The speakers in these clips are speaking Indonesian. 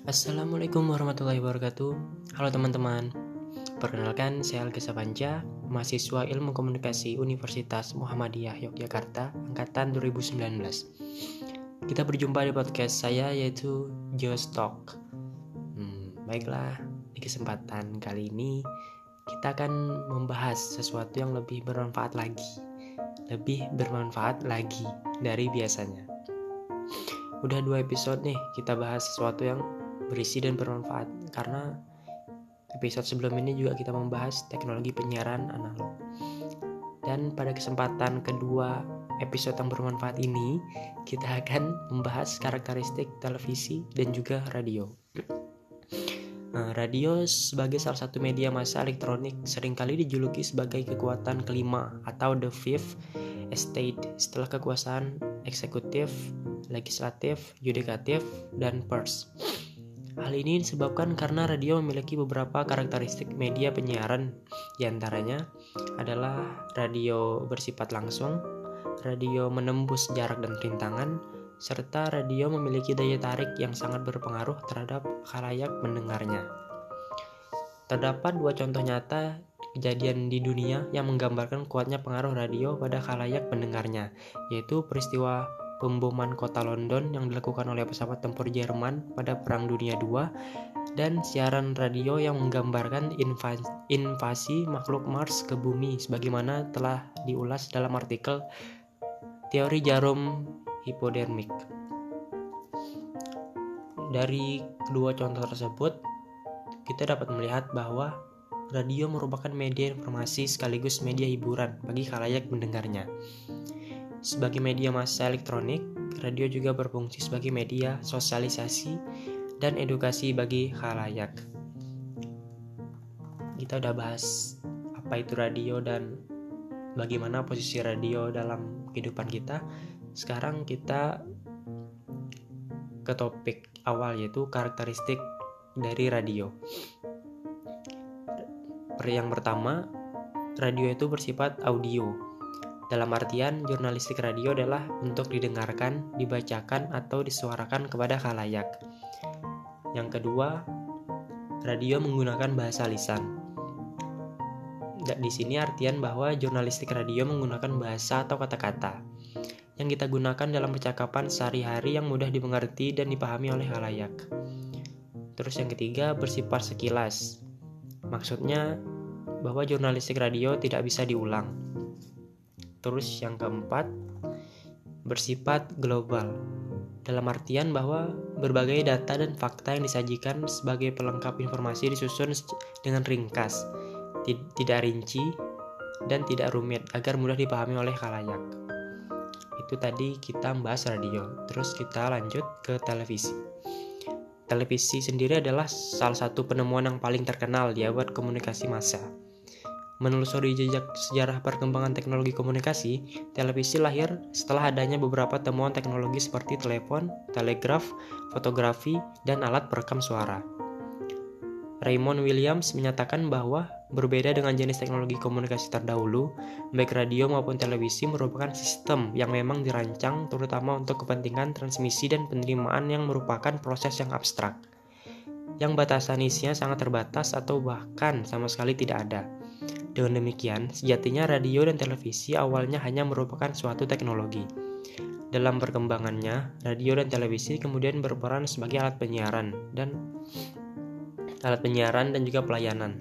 Assalamualaikum warahmatullahi wabarakatuh. Halo teman-teman. Perkenalkan, saya Alga Sapanca, mahasiswa Ilmu Komunikasi Universitas Muhammadiyah Yogyakarta, angkatan 2019. Kita berjumpa di podcast saya yaitu Just Talk. Baiklah, di kesempatan kali ini kita akan membahas sesuatu yang lebih bermanfaat lagi dari biasanya. Udah 2 episode nih kita bahas sesuatu yang berisi dan bermanfaat, karena episode sebelum ini juga kita membahas teknologi penyiaran analog. Dan pada kesempatan kedua episode yang bermanfaat ini, kita akan membahas karakteristik televisi dan juga radio. Radio sebagai salah satu media massa elektronik seringkali dijuluki sebagai kekuatan kelima atau the fifth estate setelah kekuasaan eksekutif, legislatif, yudikatif, dan pers. Hal ini disebabkan karena radio memiliki beberapa karakteristik media penyiaran, diantaranya adalah radio bersifat langsung, radio menembus jarak dan rintangan, serta radio memiliki daya tarik yang sangat berpengaruh terhadap khalayak mendengarnya. Terdapat 2 contoh nyata kejadian di dunia yang menggambarkan kuatnya pengaruh radio pada khalayak mendengarnya, yaitu peristiwa pemboman kota London yang dilakukan oleh pesawat tempur Jerman pada Perang Dunia II dan siaran radio yang menggambarkan invasi makhluk Mars ke bumi sebagaimana telah diulas dalam artikel Teori Jarum Hipodermik. Dari kedua contoh tersebut, kita dapat melihat bahwa radio merupakan media informasi sekaligus media hiburan bagi khalayak mendengarnya. Sebagai media massa elektronik, radio juga berfungsi sebagai media sosialisasi dan edukasi bagi khalayak. Kita udah bahas apa itu radio dan bagaimana posisi radio dalam kehidupan kita. Sekarang kita ke topik awal, yaitu karakteristik dari radio. Yang pertama, radio itu bersifat audio. Dalam artian, jurnalistik radio adalah untuk didengarkan, dibacakan, atau disuarakan kepada khalayak. Yang kedua, radio menggunakan bahasa lisan. Di sini artian bahwa jurnalistik radio menggunakan bahasa atau kata-kata yang kita gunakan dalam percakapan sehari-hari yang mudah dimengerti dan dipahami oleh khalayak. Terus yang ketiga, bersifat sekilas. Maksudnya bahwa jurnalistik radio tidak bisa diulang. Terus yang keempat, bersifat global. Dalam artian bahwa berbagai data dan fakta yang disajikan sebagai pelengkap informasi disusun dengan ringkas, tidak rinci, dan tidak rumit agar mudah dipahami oleh khalayak. Itu tadi kita membahas radio. Terus kita lanjut ke televisi. Televisi sendiri adalah salah satu penemuan yang paling terkenal di abad komunikasi massa. Menelusuri jejak sejarah perkembangan teknologi komunikasi, televisi lahir setelah adanya beberapa temuan teknologi seperti telepon, telegraf, fotografi, dan alat perekam suara. Raymond Williams menyatakan bahwa berbeda dengan jenis teknologi komunikasi terdahulu, baik radio maupun televisi merupakan sistem yang memang dirancang terutama untuk kepentingan transmisi dan penerimaan yang merupakan proses yang abstrak, yang batasan isinya sangat terbatas atau bahkan sama sekali tidak ada. Dengan demikian, sejatinya radio dan televisi awalnya hanya merupakan suatu teknologi. Dalam perkembangannya, radio dan televisi kemudian berperan sebagai alat penyiaran dan juga pelayanan.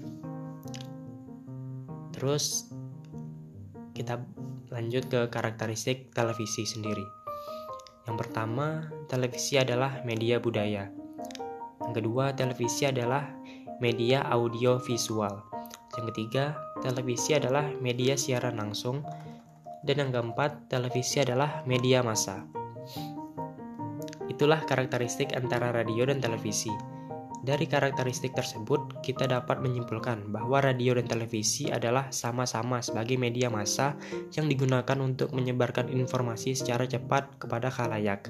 Terus kita lanjut ke karakteristik televisi sendiri. Yang pertama, televisi adalah media budaya. Yang kedua, televisi adalah media audio visual. Yang ketiga, televisi adalah media siaran langsung. Dan yang keempat, televisi adalah media massa. Itulah karakteristik antara radio dan televisi. Dari karakteristik tersebut, kita dapat menyimpulkan bahwa radio dan televisi adalah sama-sama sebagai media massa yang digunakan untuk menyebarkan informasi secara cepat kepada khalayak.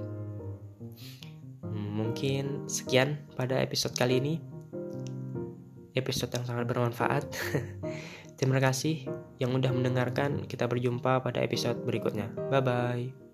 Mungkin sekian pada episode kali ini. Episode yang sangat bermanfaat. Terima kasih yang udah mendengarkan. Kita berjumpa pada episode berikutnya. Bye-bye.